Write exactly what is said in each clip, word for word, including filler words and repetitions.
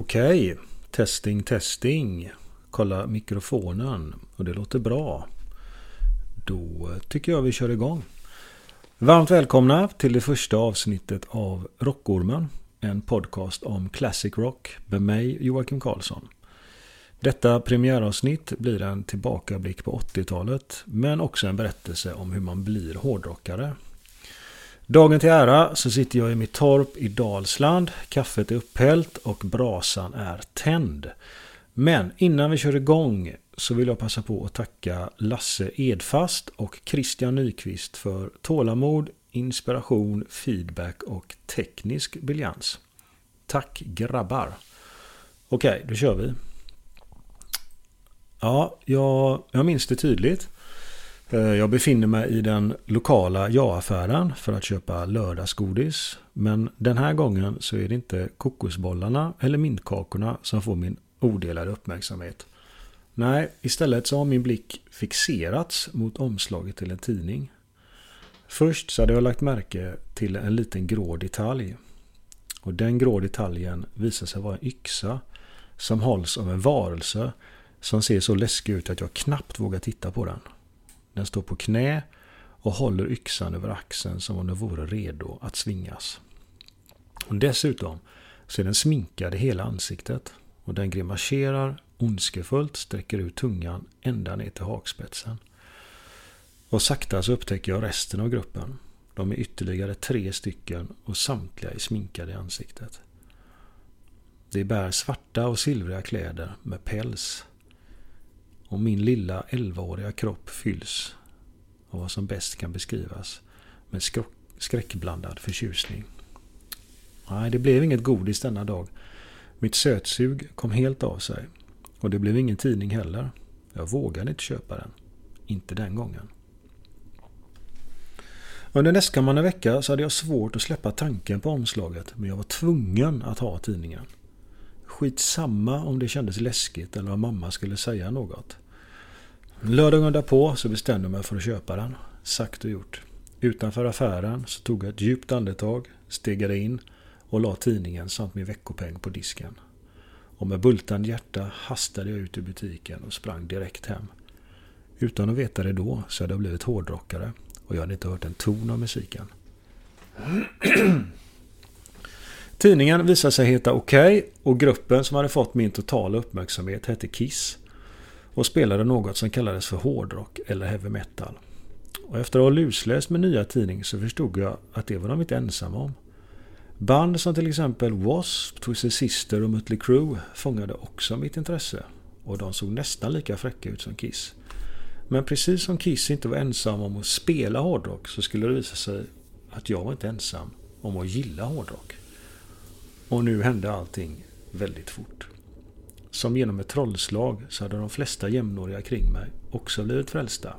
Okej, testing, testing. Kolla mikrofonen och det låter bra. Då tycker jag vi kör igång. Varmt välkomna till det första avsnittet av Rockormen. En podcast om classic rock med mig Joakim Karlsson. Detta premiäravsnitt blir en tillbakablick på åttiotalet men också en berättelse om hur man blir hårdrockare. Dagen till ära så sitter jag i mitt torp i Dalsland, kaffet är upphällt och brasan är tänd. Men innan vi kör igång så vill jag passa på att tacka Lasse Edfast och Christian Nyqvist för tålamod, inspiration, feedback och teknisk briljans. Tack grabbar! Okej, då kör vi. Ja, jag, jag minns det tydligt. Jag befinner mig i den lokala ja-affären för att köpa lördagsgodis. Men den här gången så är det inte kokosbollarna eller mintkakorna som får min odelade uppmärksamhet. Nej, istället så har min blick fixerats mot omslaget till en tidning. Först så hade jag lagt märke till en liten grå detalj. Och den grå detaljen visar sig vara en yxa som hålls av en varelse som ser så läskig ut att jag knappt vågar titta på den. Den står på knä och håller yxan över axeln som om den vore redo att svingas. Och dessutom så är den sminkad i hela ansiktet och den grimaserar ondskefullt, sträcker ut tungan ända ner till hakspetsen. Och sakta så upptäcker jag resten av gruppen. De är ytterligare tre stycken och samtliga är sminkade i ansiktet. De bär svarta och silvriga kläder med päls. Och min lilla elvaåriga kropp fylls av vad som bäst kan beskrivas med skräckblandad förtjusning. Nej, det blev inget godis denna dag. Mitt sötsug kom helt av sig. Och det blev ingen tidning heller. Jag vågade inte köpa den. Inte den gången. Under nästkommande vecka så hade jag svårt att släppa tanken på omslaget. Men jag var tvungen att ha tidningen. Skitsamma om det kändes läskigt eller om mamma skulle säga något. Lördagen därpå så bestämde jag mig för att köpa den. Sagt och gjort. Utanför affären så tog jag ett djupt andetag, stegade in och la tidningen samt min veckopeng på disken. Och med bultande hjärta hastade jag ut ur butiken och sprang direkt hem. Utan att veta det då så hade jag blivit hårdrockare och jag hade inte hört en ton av musiken. Tidningen visade sig heta Okej och gruppen som hade fått min totala uppmärksamhet hette Kiss och spelade något som kallades för hårdrock eller heavy metal. Och efter att ha lusläst med nya tidning så förstod jag att det var de inte ensamma om. Band som till exempel W A S P, Twisted Sister och Mötley Crüe fångade också mitt intresse och de såg nästan lika fräcka ut som Kiss. Men precis som Kiss inte var ensam om att spela hårdrock så skulle det visa sig att jag var inte ensam om att gilla hårdrock. Och nu hände allting väldigt fort. Som genom ett trollslag så hade de flesta jämnåriga kring mig också blivit frälsta.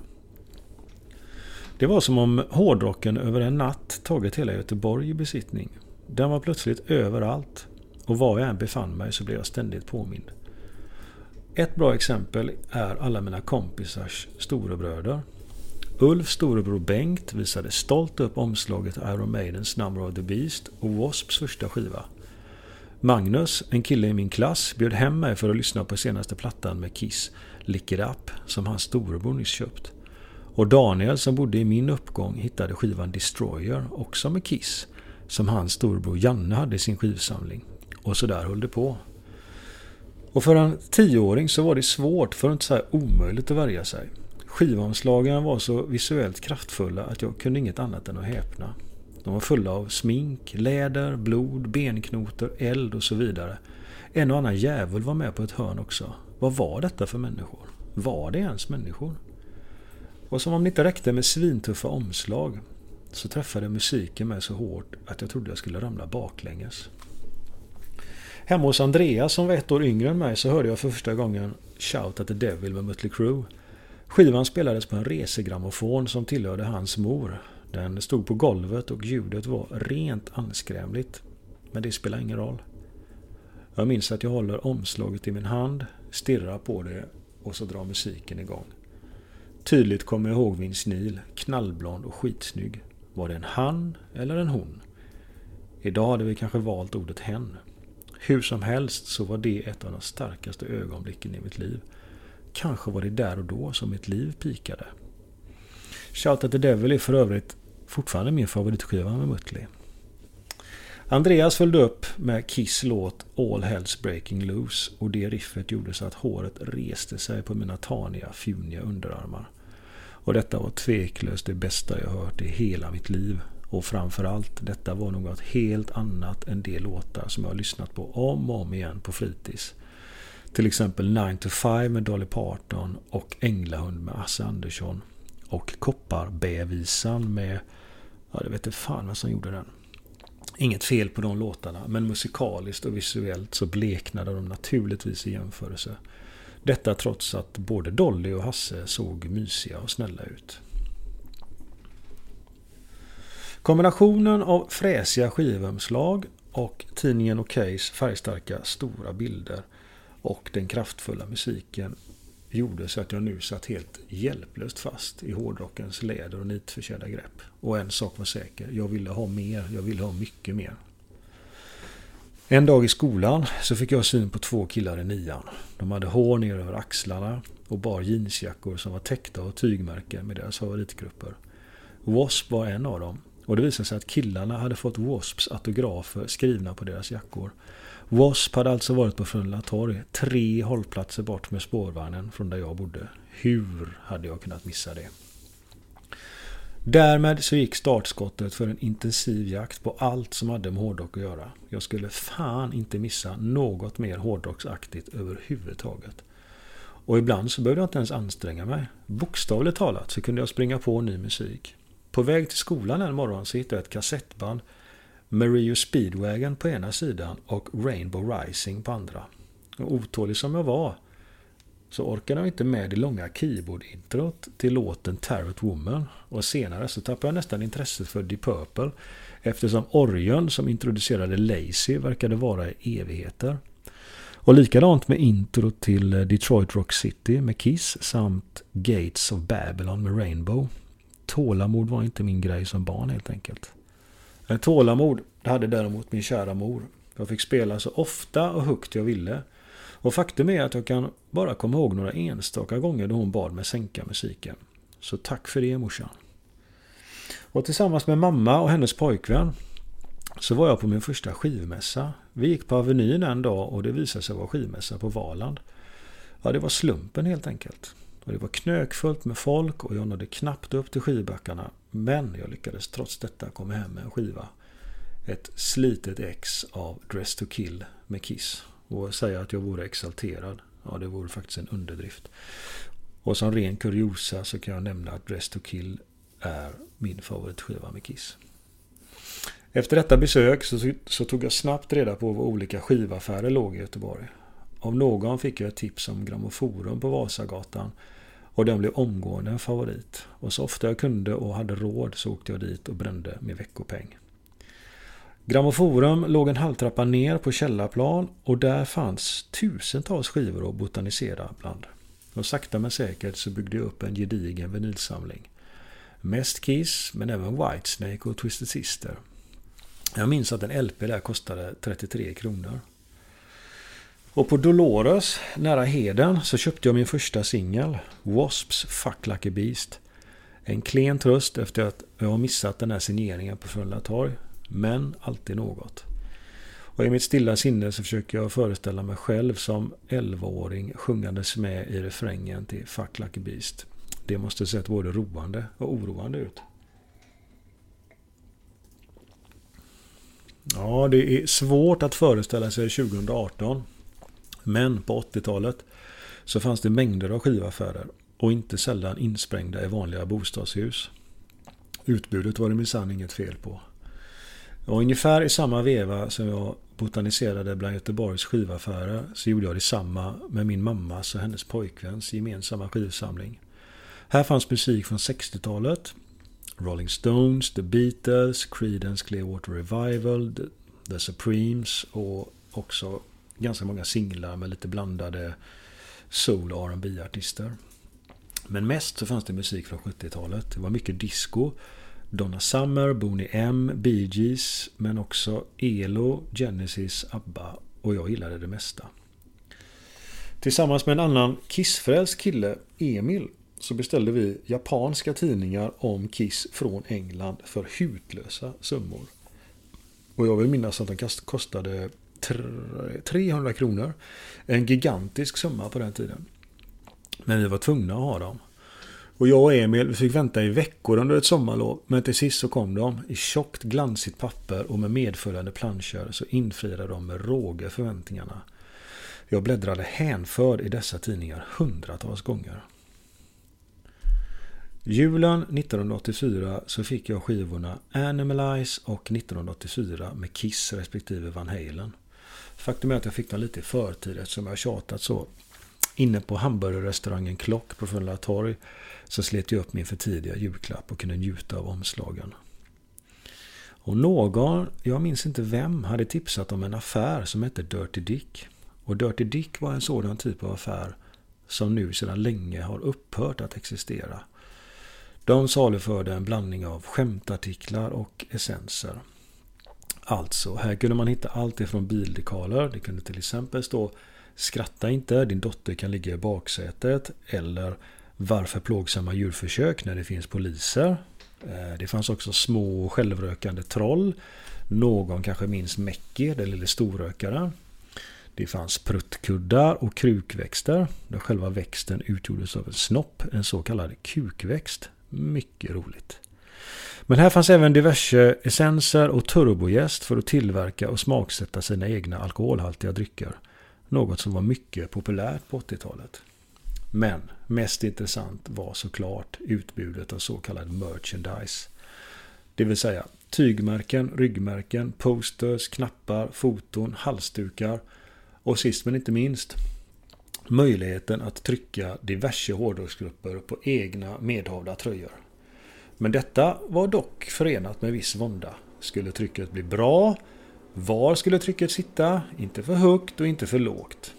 Det var som om hårdrocken över en natt tagit hela Göteborg i besittning. Den var plötsligt överallt och var jag än befann mig så blev jag ständigt påmind. Ett bra exempel är alla mina kompisars storebröder. Ulf storebror Bengt visade stolt upp omslaget Iron Maidens Number of the Beast och W A S Ps första skiva. Magnus, en kille i min klass, bjöd hem mig för att lyssna på senaste plattan med Kiss, Lick It Up, som hans storebror nyss köpt. Och Daniel som bodde i min uppgång hittade skivan Destroyer, också med Kiss, som hans storebror Janne hade i sin skivsamling. Och så där höll det på. Och för en tioåring så var det svårt, för att inte säga omöjligt, att värja sig. Skivomslagen var så visuellt kraftfulla att jag kunde inget annat än att häpna. De var fulla av smink, läder, blod, benknotor, eld och så vidare. En och annan jävel var med på ett hörn också. Vad var detta för människor? Var det ens människor? Och som om det inte räckte med svintuffa omslag så träffade musiken mig så hårt att jag trodde jag skulle ramla baklänges. Hemma hos Andreas som var ett år yngre än mig så hörde jag för första gången Shout at the Devil med Mötley Crüe. Skivan spelades på en resegrammofon som tillhörde hans mor. Den stod på golvet och ljudet var rent anskrämligt. Men det spelar ingen roll. Jag minns att jag håller omslaget i min hand, stirrar på det och så drar musiken igång. Tydligt kommer jag ihåg Vince Neil, knallblond och skitsnygg. Var det en han eller en hon? Idag hade vi kanske valt ordet hen. Hur som helst så var det ett av de starkaste ögonblicken i mitt liv. Kanske var det där och då som mitt liv pikade. Shout at the Devil är för övrigt fortfarande min favoritskiva med Mötley. Andreas följde upp med Kiss låt All Hell's Breaking Loose och det riffet gjorde så att håret reste sig på mina taniga, fjuniga underarmar. Och detta var tveklöst det bästa jag hört i hela mitt liv. Och framförallt, detta var något helt annat än de låtar som jag har lyssnat på om och om igen på fritids. Till exempel nine to five med Dolly Parton och Änglahund med Asse Andersson. Och Kopparbävisan med, ja det vet inte fan vem som gjorde den. Inget fel på de låtarna, men musikaliskt och visuellt så bleknade de naturligtvis i jämförelse. Detta trots att både Dolly och Hasse såg mysiga och snälla ut. Kombinationen av fräsiga skivomslag och tidningen Okejs färgstarka stora bilder och den kraftfulla musiken gjorde så att jag nu satt helt hjälplöst fast i hårdrockens läder och nitförsedda grepp. Och en sak var säker, jag ville ha mer, jag ville ha mycket mer. En dag i skolan så fick jag syn på två killar i nian. De hade hår ner över axlarna och bar jeansjackor som var täckta av tygmärken med deras favoritgrupper. W A S P var en av dem. Och det visade sig att killarna hade fått W A S Ps autografer skrivna på deras jackor. W A S P hade alltså varit på Frölunda torg, tre hållplatser bort med spårvagnen från där jag bodde. Hur hade jag kunnat missa det? Därmed så gick startskottet för en intensiv jakt på allt som hade med hårdrock att göra. Jag skulle fan inte missa något mer hårdrocksaktigt överhuvudtaget. Och ibland så behövde jag inte ens anstränga mig. Bokstavligt talat så kunde jag springa på ny musik. På väg till skolan en morgon så hittade jag ett kassettband med Rio Speedwagon på ena sidan och Rainbow Rising på andra. Och otålig som jag var så orkade jag inte med det långa keyboard-introt till låten Tarot Woman och senare så tappade jag nästan intresset för Deep Purple eftersom orgeln som introducerade Lazy verkade vara i evigheter. Och likadant med intro till Detroit Rock City med Kiss samt Gates of Babylon med Rainbow. Tålamod var inte min grej som barn helt enkelt. En tålamod hade däremot min kära mor. Jag fick spela så ofta och högt jag ville. Och faktum är att jag kan bara komma ihåg några enstaka gånger då hon bad mig sänka musiken. Så tack för det, morsan. Och tillsammans med mamma och hennes pojkvän så var jag på min första skivmässa. Vi gick på Avenyn en dag och det visade sig vara skivmässa på Valand. Ja, det var slumpen helt enkelt. Och det var knökfullt med folk och jag nådde knappt upp till skivbackarna. Men jag lyckades trots detta komma hem med en skiva. Ett slitet ex av Dress to Kill med Kiss. Och säga att jag vore exalterad, ja det vore faktiskt en underdrift. Och som ren kuriosa så kan jag nämna att Dress to Kill är min favoritskiva med Kiss. Efter detta besök så, så tog jag snabbt reda på var olika skivaffärer låg i Göteborg. Av någon fick jag ett tips om Grammoforum på Vasagatan och den blev omgående en favorit. Och så ofta jag kunde och hade råd så åkte jag dit och brände med veckopeng. Grammoforum låg en halvtrappa ner på källarplan och där fanns tusentals skivor att botanisera bland. Och sakta men säkert så byggde jag upp en gedigen vinylsamling. Mest Kiss men även Whitesnake och Twisted Sister. Jag minns att en L P där kostade trettiotre kronor. Och på Dolores, nära Heden, så köpte jag min första singel, W A S Ps Fuck Like a Beast. En klen tröst efter att jag har missat den här signeringen på Frölunda torg, men alltid något. Och i mitt stilla sinne så försöker jag föreställa mig själv som elvaåring sjungandes med i refrängen till Fuck Like a Beast. Det måste sett både roande och oroande ut. Ja, det är svårt att föreställa sig tjugo arton. Men på åttiotalet så fanns det mängder av skivaffärer och inte sällan insprängda i vanliga bostadshus. Utbudet var det minsann inget fel på. Och ungefär i samma veva som jag botaniserade bland Göteborgs skivaffärer så gjorde jag detsamma med min mammas och hennes pojkväns gemensamma skivsamling. Här fanns musik från sextiotalet, Rolling Stones, The Beatles, Creedence Clearwater Revival, The, The Supremes och också ganska många singlar med lite blandade soul- och R and B-artister. Men mest så fanns det musik från sjuttiotalet. Det var mycket disco, Donna Summer, Boney M, Bee Gees, men också E L O, Genesis, ABBA och jag gillade det mesta. Tillsammans med en annan Kiss-frälst kille, Emil, så beställde vi japanska tidningar om Kiss från England för hutlösa summor. Och jag vill minnas att de kostade trehundra kronor. En gigantisk summa på den tiden. Men vi var tvungna att ha dem. Och jag och Emil fick vänta i veckor under ett sommarlov. Men till sist så kom de i tjockt glansigt papper och med medföljande planscher så infriade de med råge förväntningarna. Jag bläddrade hänförd i dessa tidningar hundratals gånger. Julen nittonhundraåttiofyra så fick jag skivorna Animalize och nittonhundraåttiofyra med Kiss respektive Van Halen. Faktum är att jag fick dem lite i förtid eftersom jag tjatat så. Inne på hamburgerrestaurangen Klock på Frölunda torg så slet jag upp min för tidiga julklapp och kunde njuta av omslagen. Och någon, jag minns inte vem, hade tipsat om en affär som hette Dirty Dick. Och Dirty Dick var en sådan typ av affär som nu sedan länge har upphört att existera. De saluförde en blandning av skämtartiklar och essenser. Alltså, här kunde man hitta allt ifrån bildekaler. Det kunde till exempel stå "Skratta inte, din dotter kan ligga i baksätet" eller "Varför plågsamma djurförsök när det finns poliser?" Det fanns också små självrökande troll. Någon kanske minns Mäcki, den lille storrökaren. Det fanns pruttkuddar och krukväxter där själva växten utgjordes av en snopp, en så kallad kukväxt. Mycket roligt. Men här fanns även diverse essenser och turbojäst för att tillverka och smaksätta sina egna alkoholhaltiga drycker. Något som var mycket populärt på åttiotalet. Men mest intressant var såklart utbudet av så kallad merchandise. Det vill säga tygmärken, ryggmärken, posters, knappar, foton, halsdukar och sist men inte minst möjligheten att trycka diverse hårdrocksgrupper på egna medhavda tröjor. Men detta var dock förenat med viss vånda. Skulle trycket bli bra? Var skulle trycket sitta? Inte för högt och inte för lågt.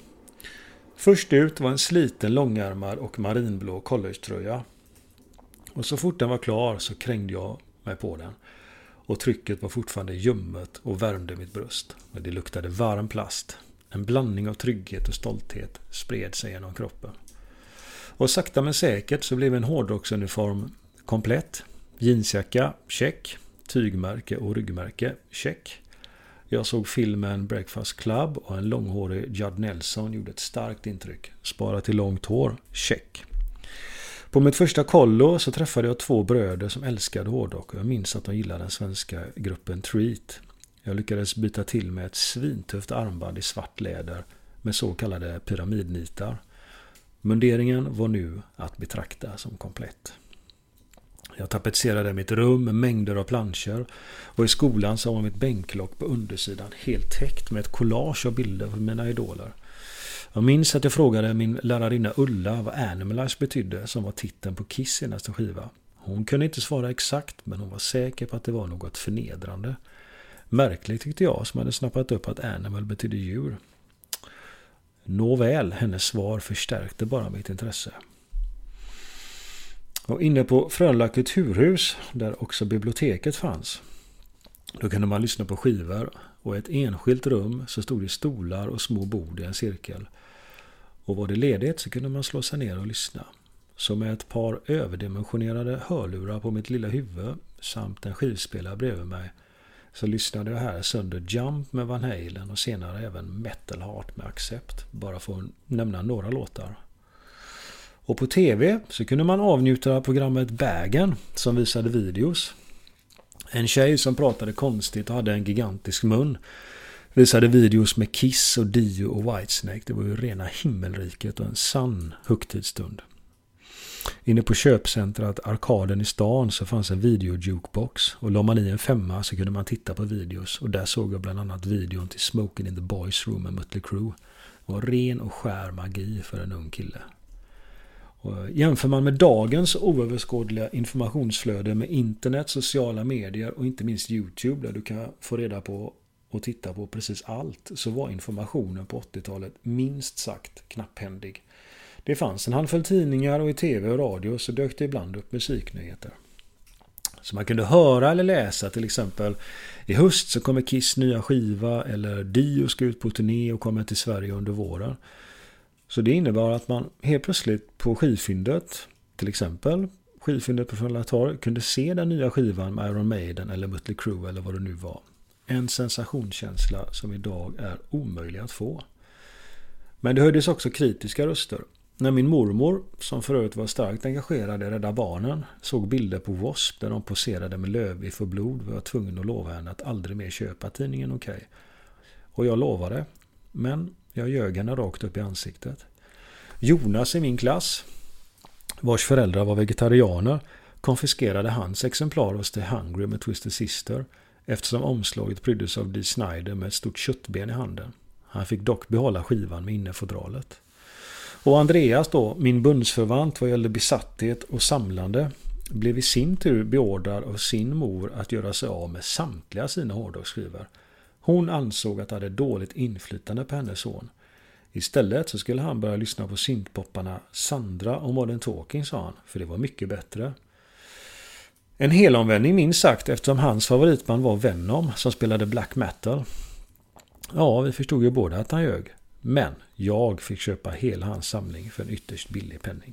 Först ut var en sliten långärmad och marinblå collegetröja. Och så fort den var klar så krängde jag mig på den. Och trycket var fortfarande ljummet och värmde mitt bröst. Men det luktade varm plast. En blandning av trygghet och stolthet spred sig genom kroppen. Och sakta men säkert så blev en hårdrocksuniform komplett. Jeansjacka, check. Tygmärke och ryggmärke, check. Jag såg filmen Breakfast Club och en långhårig Judd Nelson gjorde ett starkt intryck. Spara till långt hår, check. På mitt första kollo så träffade jag två bröder som älskade hårdrock och jag minns att de gillade den svenska gruppen Treat. Jag lyckades byta till med ett svintufft armband i svart läder med så kallade pyramidnitar. Munderingen var nu att betrakta som komplett. Jag tapetserade mitt rum med mängder av planscher och i skolan så var mitt bänklock på undersidan helt täckt med ett collage av bilder av mina idoler. Jag minns att jag frågade min lärarinna Ulla vad Animalize betydde som var titeln på Kiss senaste skiva. Hon kunde inte svara exakt men hon var säker på att det var något förnedrande. Märkligt tyckte jag som hade snappat upp att animal betydde djur. Nåväl, hennes svar förstärkte bara mitt intresse. Och inne på Frölunda kulturhus, där också biblioteket fanns, då kunde man lyssna på skivor och i ett enskilt rum så stod det stolar och små bord i en cirkel. Och var det ledigt så kunde man slå sig ner och lyssna. Så med ett par överdimensionerade hörlurar på mitt lilla huvud samt en skivspelare bredvid mig så lyssnade jag här sönder Jump med Van Halen och senare även Metal Heart med Accept, bara för att nämna några låtar. Och på tv så kunde man avnjuta programmet Bagen som visade videos. En tjej som pratade konstigt och hade en gigantisk mun visade videos med Kiss och Dio och Whitesnake. Det var ju rena himmelriket och en sann högtidsstund. Inne på köpcentrat Arkaden i stan så fanns en video-jukebox och la man i en femma så kunde man titta på videos och där såg jag bland annat videon till Smoking in the Boys Room med Mötley Crüe. Det var ren och skär magi för en ung kille. Och jämför man med dagens oöverskådliga informationsflöde med internet, sociala medier och inte minst YouTube där du kan få reda på och titta på precis allt, så var informationen på åttiotalet minst sagt knapphändig. Det fanns en handfull tidningar och i tv och radio så dök det ibland upp musiknyheter. Så man kunde höra eller läsa till exempel i höst så kommer Kiss nya skiva eller Dio ska ut på turné och kommer till Sverige under våren. Så det innebar att man helt plötsligt på skivfyndet, till exempel skivfyndet på Frölunda Torg, kunde se den nya skivan med Iron Maiden eller Mötley Crüe eller vad det nu var. En sensationskänsla som idag är omöjlig att få. Men det hördes också kritiska röster. När min mormor, som förut var starkt engagerad i Rädda Barnen, såg bilder på W A S P där de poserade med lövbiff och blod, var jag tvungen att lova henne att aldrig mer köpa tidningen Okej. Okay. Och jag lovade, men jag ljög henne rakt upp i ansiktet. Jonas i min klass, vars föräldrar var vegetarianer, konfiskerade hans exemplar hos The Hungry med Twisted Sister eftersom omslaget pryddes av Dee Snider med ett stort köttben i handen. Han fick dock behålla skivan med innefodralet. Och Andreas då, min bundsförvant vad gällde besatthet och samlande, blev i sin tur beordrad av sin mor att göra sig av med samtliga sina hårdrocksskivor. Hon ansåg att det hade dåligt inflytande på hennes son. Istället så skulle han börja lyssna på syntpopparna Sandra och Modern Talking, sa han, för det var mycket bättre. En helomvändning minst sagt eftersom hans favoritband var Venom som spelade black metal. Ja, vi förstod ju båda att han ljög. Men jag fick köpa hela hans samling för en ytterst billig penning.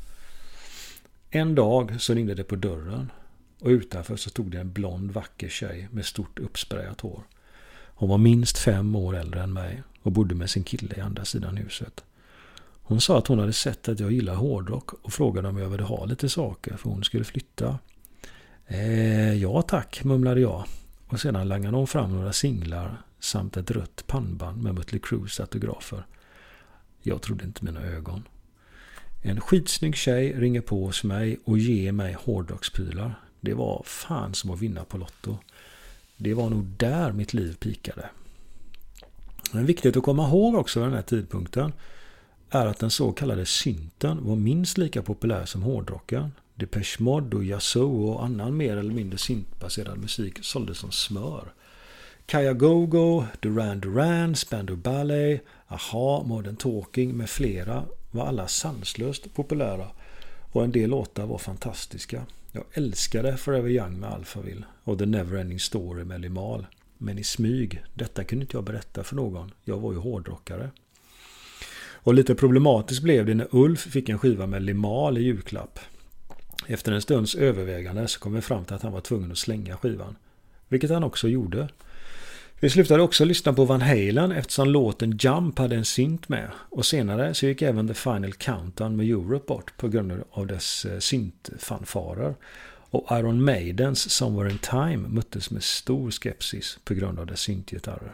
En dag så ringde det på dörren och utanför så stod det en blond vacker tjej med stort uppsprayat hår. Hon var minst fem år äldre än mig och bodde med sin kille i andra sidan huset. Hon sa att hon hade sett att jag gillar hårdrock och frågade om jag ville ha lite saker för hon skulle flytta. Eh, ja tack, mumlade jag. Och sedan langade hon fram några singlar samt ett rött pannband med Mötley Crües autografer. Jag trodde inte mina ögon. En skitsnygg tjej ringer på hos mig och ger mig hårdrocksprylar. Det var fan som att vinna på Lotto. Det var nog där mitt liv pikade. Men viktigt att komma ihåg också vid den här tidpunkten är att den så kallade synten var minst lika populär som hårdrocken. Depeche Mode och Yazoo och annan mer eller mindre syntbaserad musik såldes som smör. Kaya Go-Go, Duran Duran, Spandau Ballet, Aha, Modern Talking med flera var alla sanslöst populära och en del låtar var fantastiska. Jag älskade Forever Young med Alphaville och The Neverending Story med Limahl. Men i smyg, detta kunde inte jag berätta för någon. Jag var ju hårdrockare. Och lite problematiskt blev det när Ulf fick en skiva med Limahl i julklapp. Efter en stunds övervägande så kom vi fram till att han var tvungen att slänga skivan. Vilket han också gjorde. Vi slutade också lyssna på Van Halen eftersom låten Jump hade en synt med. Och senare så gick även The Final Countdown med Europe bort på grund av dess syntfanfarer. Och Iron Maidens Somewhere in Time möttes med stor skepsis på grund av dess syntgitarrer.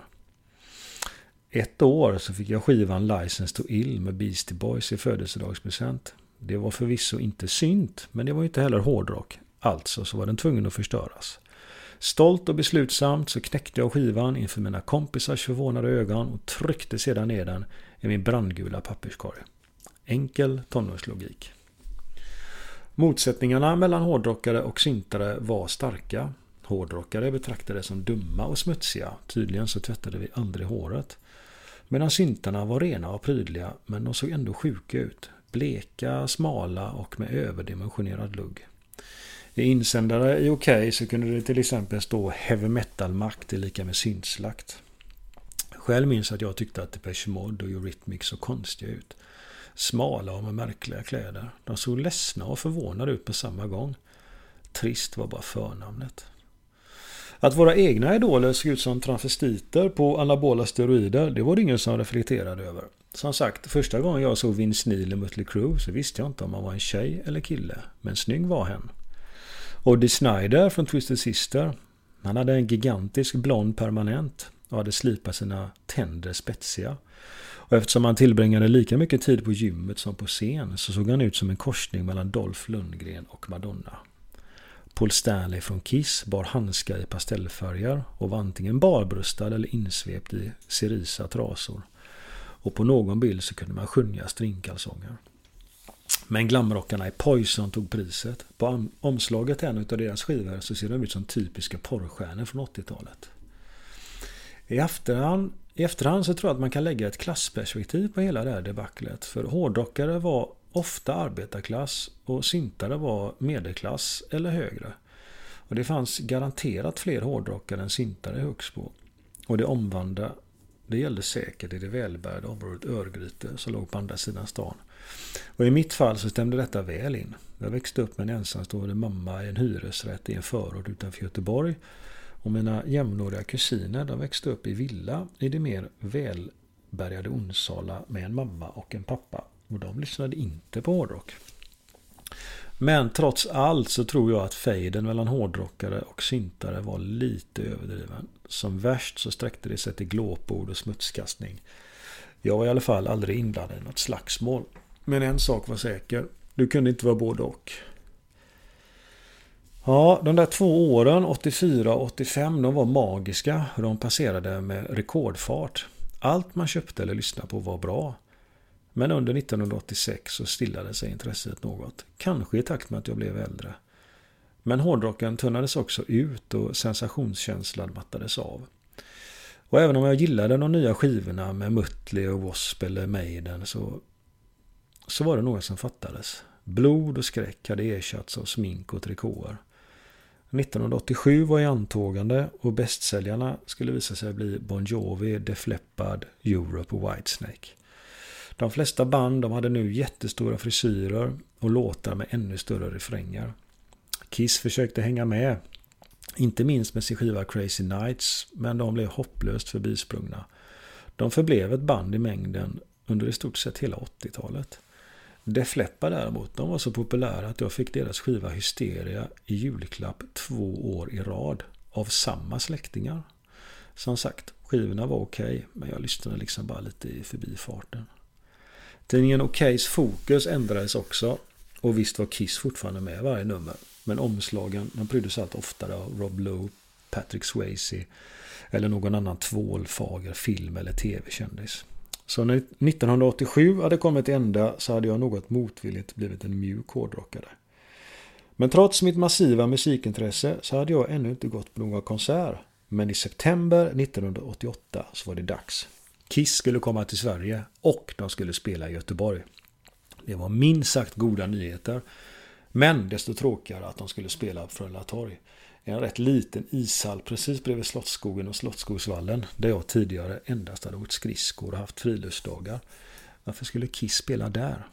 Ett år så fick jag skivan License to Ill med Beastie Boys i födelsedagspresent. Det var förvisso inte synt, men det var inte heller hårdrock. Alltså så var den tvungen att förstöras. Stolt och beslutsamt så knäckte jag skivan inför mina kompisars förvånade ögon och tryckte sedan ner den i min brandgula papperskorg. Enkel tonårslogik. Motsättningarna mellan hårdrockare och syntare var starka. Hårdrockare betraktades som dumma och smutsiga. Tydligen så tvättade vi aldrig håret. Medan syntarna var rena och prydliga, men de såg ändå sjuka ut. Bleka, smala och med överdimensionerad lugg. I insändare i Okej så kunde det till exempel stå heavy metal-makt är lika med syntslakt. Själv minns att jag tyckte att Depeche Mode och Eurythmics så konstiga ut. Smala och med märkliga kläder. De såg ledsna och förvånade ut på samma gång. Trist var bara förnamnet. Att våra egna idoler såg ut som transvestiter på anabola steroider, det var det ingen som reflekterade över. Som sagt, första gången jag såg Vince Neil och Mötley Crüe så visste jag inte om han var en tjej eller kille, men snygg var han. Och Dee Snider från Twisted Sister, han hade en gigantisk blond permanent och hade slipat sina tänder spetsiga. Och eftersom han tillbringade lika mycket tid på gymmet som på scen så såg han ut som en korsning mellan Dolph Lundgren och Madonna. Paul Stanley från Kiss bar handskar i pastellfärger och var antingen barbröstad eller insvept i cerisa trasor. Och på någon bild så kunde man skönja stringkalsonger. Men glamrockarna i Poison tog priset. På omslaget till en av deras skivor så ser de ut som typiska porrstjärnor från åttiotalet. I efterhand, I efterhand så tror jag att man kan lägga ett klassperspektiv på hela det här debaclet. För hårdrockare var ofta arbetarklass och syntare var medelklass eller högre. Och det fanns garanterat fler hårdrockare än syntare i Högsbo. Och det omvandla, det gällde säkert i det välbärgade området Örgryte som låg på andra sidan stan. Och i mitt fall så stämde detta väl in. Jag växte upp med en ensamstående mamma i en hyresrätt i en förort utanför Göteborg. Och mina jämnåriga kusiner, de växte upp i villa i det mer välbärgade Onsala med en mamma och en pappa. Och de lyssnade inte på hårdrock. Men trots allt så tror jag att fejden mellan hårdrockare och syntare var lite överdriven. Som värst så sträckte det sig till glåpord och smutskastning. Jag var i alla fall aldrig inblandad i något slagsmål. Men en sak var säker. Du kunde inte vara både och. Ja, de där två åren, åttiofyra och åttiofem, de var magiska. De passerade med rekordfart. Allt man köpte eller lyssnade på var bra. Men under nittonhundraåttiosex så stillade sig intresset något. Kanske i takt med att jag blev äldre. Men hårdrocken tunnades också ut och sensationskänslan mattades av. Och även om jag gillade de nya skivorna med Mötley och Wasp eller Maiden så, så var det något som fattades. Blod och skräck hade ersatts av smink och trikåer. nittonhundraåttiosju var i antågande och bästsäljarna skulle visa sig bli Bon Jovi, Def Leppard, Europe och Whitesnake. De flesta band de hade nu jättestora frisyrer och låtar med ännu större refränger. Kiss försökte hänga med, inte minst med sin skiva Crazy Nights, men de blev hopplöst förbisprungna. De förblev ett band i mängden under i stort sett hela åttiotalet. Def Leppard däremot, de var så populära att jag fick deras skiva Hysteria i julklapp två år i rad av samma släktingar. Som sagt, skivorna var okej, men jag lyssnade liksom bara lite i förbifarten. Tidningen Okejs fokus ändrades också och visst var Kiss fortfarande med varje nummer. Men omslagen de pryddes allt oftare av Rob Lowe, Patrick Swayze eller någon annan tvålfager film- eller tv-kändis. Så när nittonhundraåttiosju hade kommit till ända så hade jag något motvilligt blivit en mjuk hårdrockare. Men trots mitt massiva musikintresse så hade jag ännu inte gått på någon konsert. Men i september nittonhundraåttioåtta så var det dags. Kiss skulle komma till Sverige och de skulle spela i Göteborg. Det var minst sagt goda nyheter. Men desto tråkigare att de skulle på Frölunda torg. En rätt liten ishall precis bredvid Slottsskogen och Slottsskogsvallen. Där jag tidigare endast hade åkt skridskor och haft friluftsdagar. Varför skulle Kiss spela där?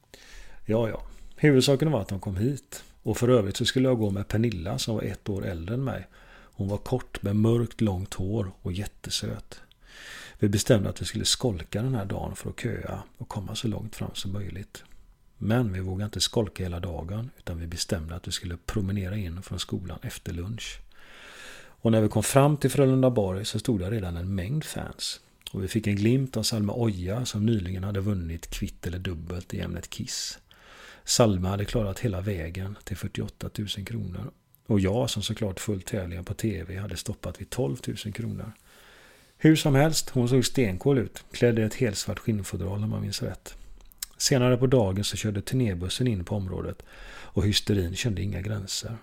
Ja, ja. Huvudsaken var att de kom hit. Och för övrigt så skulle jag gå med Pernilla som var ett år äldre än mig. Hon var kort med mörkt långt hår och jättesöt. Vi bestämde att vi skulle skolka den här dagen för att köa och komma så långt fram som möjligt. Men vi vågade inte skolka hela dagen utan vi bestämde att vi skulle promenera in från skolan efter lunch. Och när vi kom fram till Frölundaborg så stod det redan en mängd fans. Och vi fick en glimt av Salma Oja som nyligen hade vunnit kvitt eller dubbelt i ämnet Kiss. Salma hade klarat hela vägen till fyrtioåtta tusen kronor. Och jag som såklart följt tävlingen på tv hade stoppat vid tolv tusen kronor. Hur som helst, hon såg stenkål ut. Klädde ett helt svart skinnfodral om man minns rätt. Senare på dagen så körde turnébussen in på området och hysterin kände inga gränser.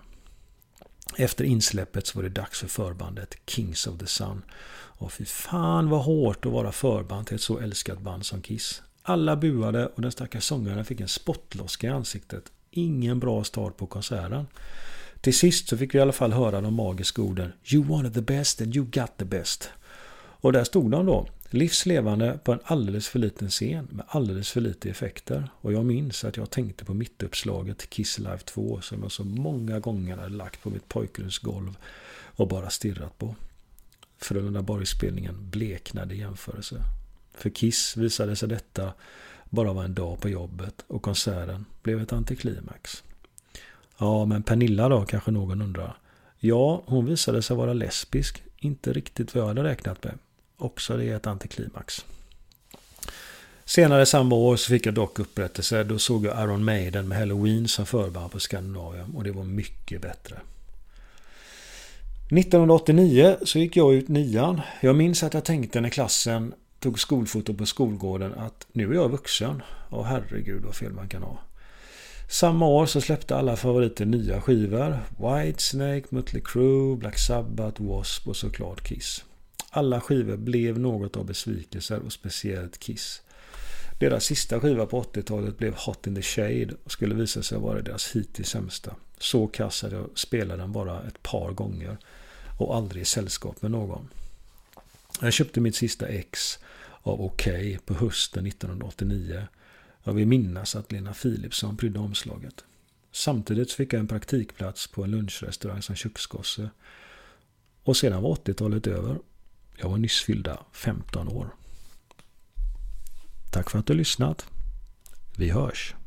Efter insläppet så var det dags för förbandet Kings of the Sun. Och fy fan vad hårt att vara förband till ett så älskat band som Kiss. Alla buade och den stackars sångaren fick en spottloska i ansiktet. Ingen bra start på konserten. Till sist så fick vi i alla fall höra de magiska orden You wanted the best and you got the best. Och där stod de då, livslevande på en alldeles för liten scen med alldeles för lite effekter. Och jag minns att jag tänkte på mittuppslaget Kiss Live två som jag så många gånger hade lagt på mitt pojkrumsgolv och bara stirrat på. Frölundaborgsspelningen bleknade i jämförelse. För Kiss visade sig detta bara var en dag på jobbet och konserten blev ett antiklimax. Ja, men Pernilla då, kanske någon undrar. Ja, hon visade sig vara lesbisk, inte riktigt vad jag hade räknat med. Också det är ett antiklimax. Senare samma år så fick jag dock upprättelse. Då såg jag Iron Maiden med Halloween som förband på Skandinavien och det var mycket bättre. nittonhundraåttionio så gick jag ut nian. Jag minns att jag tänkte när klassen tog skolfoto på skolgården att nu är jag vuxen. Och herregud vad fel man kan ha. Samma år så släppte alla favoriter nya skivor. Whitesnake, Mötley Crüe, Black Sabbath, Wasp och såklart Kiss. Alla skivor blev något av besvikelser och speciellt Kiss. Deras sista skiva på åttiotalet blev Hot in the Shade och skulle visa sig vara deras hittills sämsta. Så kass att jag spelade den bara ett par gånger och aldrig i sällskap med någon. Jag köpte mitt sista ex av Okej på hösten nittonhundraåttionio. Jag vill minnas att Lena Philipsson prydde omslaget. Samtidigt fick jag en praktikplats på en lunchrestaurang som köksgosse. Och sedan var åttiotalet över. Jag var nyss fyllda femton år. Tack för att du lyssnat. Vi hörs.